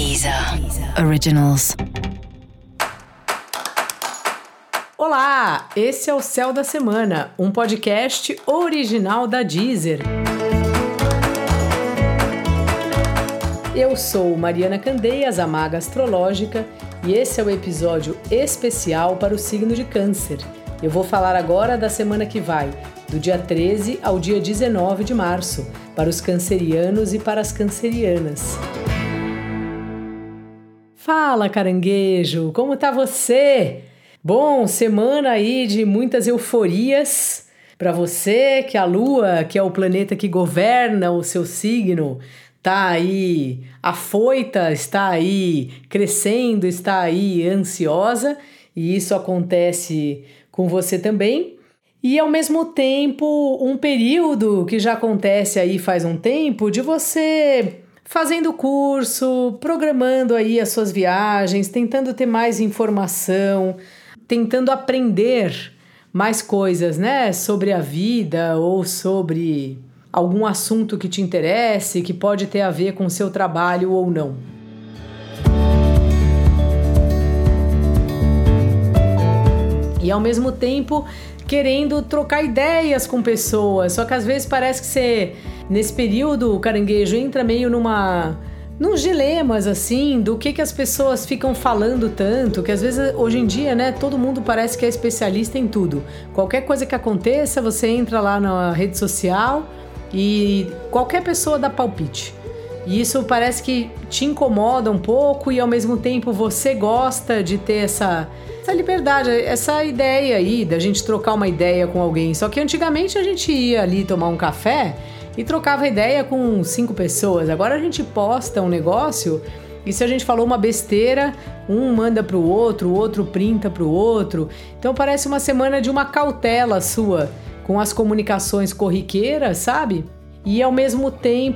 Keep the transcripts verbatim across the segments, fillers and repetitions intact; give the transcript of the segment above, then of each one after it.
Deezer Originals. Olá, esse é o Céu da Semana, um podcast original da Deezer. Eu sou Mariana Candeias, a Maga Astrológica, e esse é o episódio especial para o signo de Câncer. Eu vou falar agora da semana que vai, do dia treze ao dia dezenove de março, para os cancerianos e para as cancerianas. Fala, caranguejo, como tá você? Bom, semana aí de muitas euforias para você, que a Lua, que é o planeta que governa o seu signo, tá aí afoita, está aí crescendo, está aí ansiosa, e isso acontece com você também. E ao mesmo tempo, um período que já acontece aí faz um tempo, de você fazendo curso, programando aí as suas viagens, tentando ter mais informação, tentando aprender mais coisas, né, sobre a vida ou sobre algum assunto que te interesse, que pode ter a ver com o seu trabalho ou não. E ao mesmo tempo querendo trocar ideias com pessoas, só que às vezes parece que você, nesse período, o caranguejo entra meio numa, nos dilemas, assim, do que, que as pessoas ficam falando tanto, que às vezes, hoje em dia, né, todo mundo parece que é especialista em tudo. Qualquer coisa que aconteça, você entra lá na rede social e qualquer pessoa dá palpite. E isso parece que te incomoda um pouco e, ao mesmo tempo, você gosta de ter essa... essa liberdade, essa ideia aí da gente trocar uma ideia com alguém. Só que antigamente a gente ia ali tomar um café e trocava ideia com cinco pessoas. Agora a gente posta um negócio e se a gente falou uma besteira, um manda pro outro, o outro printa pro outro. Então parece uma semana de uma cautela sua com as comunicações corriqueiras, sabe? E ao mesmo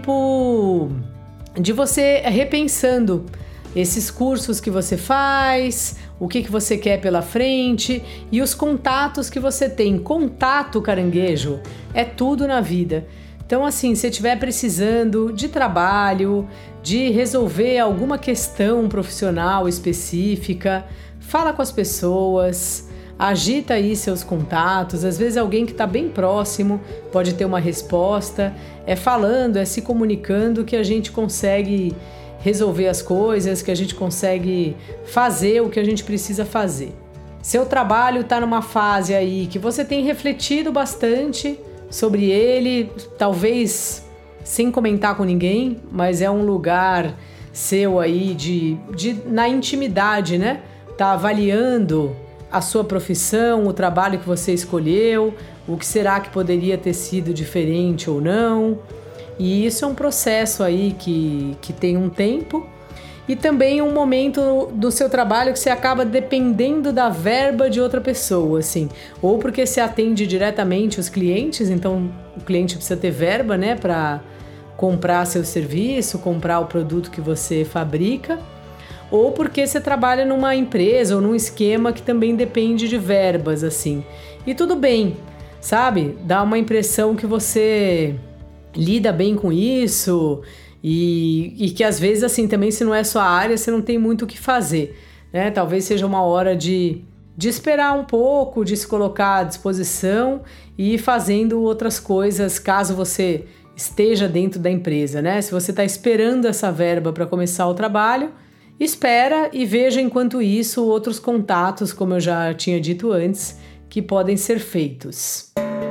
tempo de você repensando esses cursos que você faz, o que, que você quer pela frente e os contatos que você tem. Contato, caranguejo, é tudo na vida. Então, assim, se estiver precisando de trabalho, de resolver alguma questão profissional específica, fala com as pessoas, agita aí seus contatos. Às vezes alguém que está bem próximo pode ter uma resposta. É falando, é se comunicando que a gente consegue resolver as coisas, que a gente consegue fazer o que a gente precisa fazer. Seu trabalho está numa fase aí que você tem refletido bastante sobre ele, talvez sem comentar com ninguém, mas é um lugar seu aí de, de na intimidade, né? Tá avaliando a sua profissão, o trabalho que você escolheu, o que será que poderia ter sido diferente ou não. E isso é um processo aí que, que tem um tempo e também um momento do seu trabalho que você acaba dependendo da verba de outra pessoa, assim. Ou porque você atende diretamente os clientes, então o cliente precisa ter verba, né, para comprar seu serviço, comprar o produto que você fabrica. Ou porque você trabalha numa empresa ou num esquema que também depende de verbas, assim. E tudo bem, sabe? Dá uma impressão que você lida bem com isso e, e que às vezes, assim, também se não é sua área, você não tem muito o que fazer, né? Talvez seja uma hora de, de esperar um pouco, de se colocar à disposição e ir fazendo outras coisas caso você esteja dentro da empresa, né? Se você está esperando essa verba para começar o trabalho, espera e veja enquanto isso outros contatos, como eu já tinha dito antes, que podem ser feitos.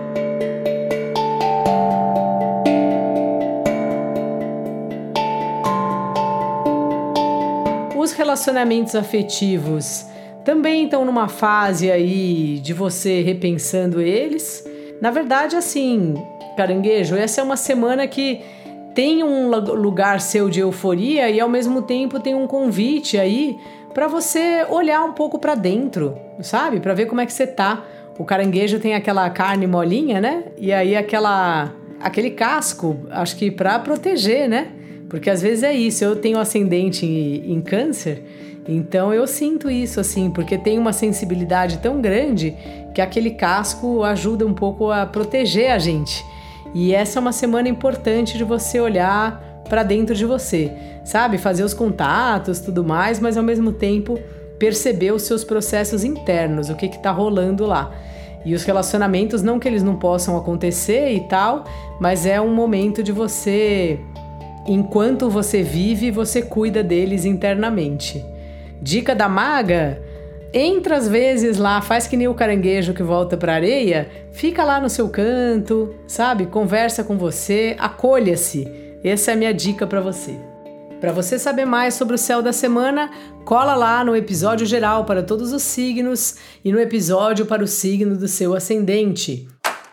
Os relacionamentos afetivos também estão numa fase aí de você repensando eles. Na verdade, assim, caranguejo, essa é uma semana que tem um lugar seu de euforia e ao mesmo tempo tem um convite aí para você olhar um pouco para dentro, sabe? Para ver como é que você tá. O caranguejo tem aquela carne molinha, né? E aí aquela, aquele casco, acho que para proteger, né? Porque às vezes é isso, eu tenho ascendente em, em câncer, então eu sinto isso, assim, porque tem uma sensibilidade tão grande que aquele casco ajuda um pouco a proteger a gente. E essa é uma semana importante de você olhar para dentro de você, sabe? Fazer os contatos, tudo mais, mas ao mesmo tempo perceber os seus processos internos, o que que tá rolando lá. E os relacionamentos, não que eles não possam acontecer e tal, mas é um momento de você, enquanto você vive, você cuida deles internamente. Dica da maga: entra às vezes lá, faz que nem o caranguejo que volta pra areia, fica lá no seu canto, sabe? Conversa com você, acolha-se. Essa é a minha dica pra você. Para você saber mais sobre o céu da semana, cola lá no episódio geral para todos os signos e no episódio para o signo do seu ascendente.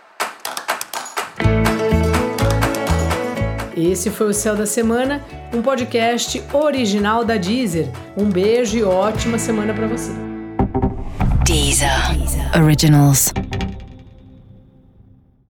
Esse foi o Céu da Semana, um podcast original da Deezer. Um beijo e ótima semana para você. Deezer. Deezer Originals.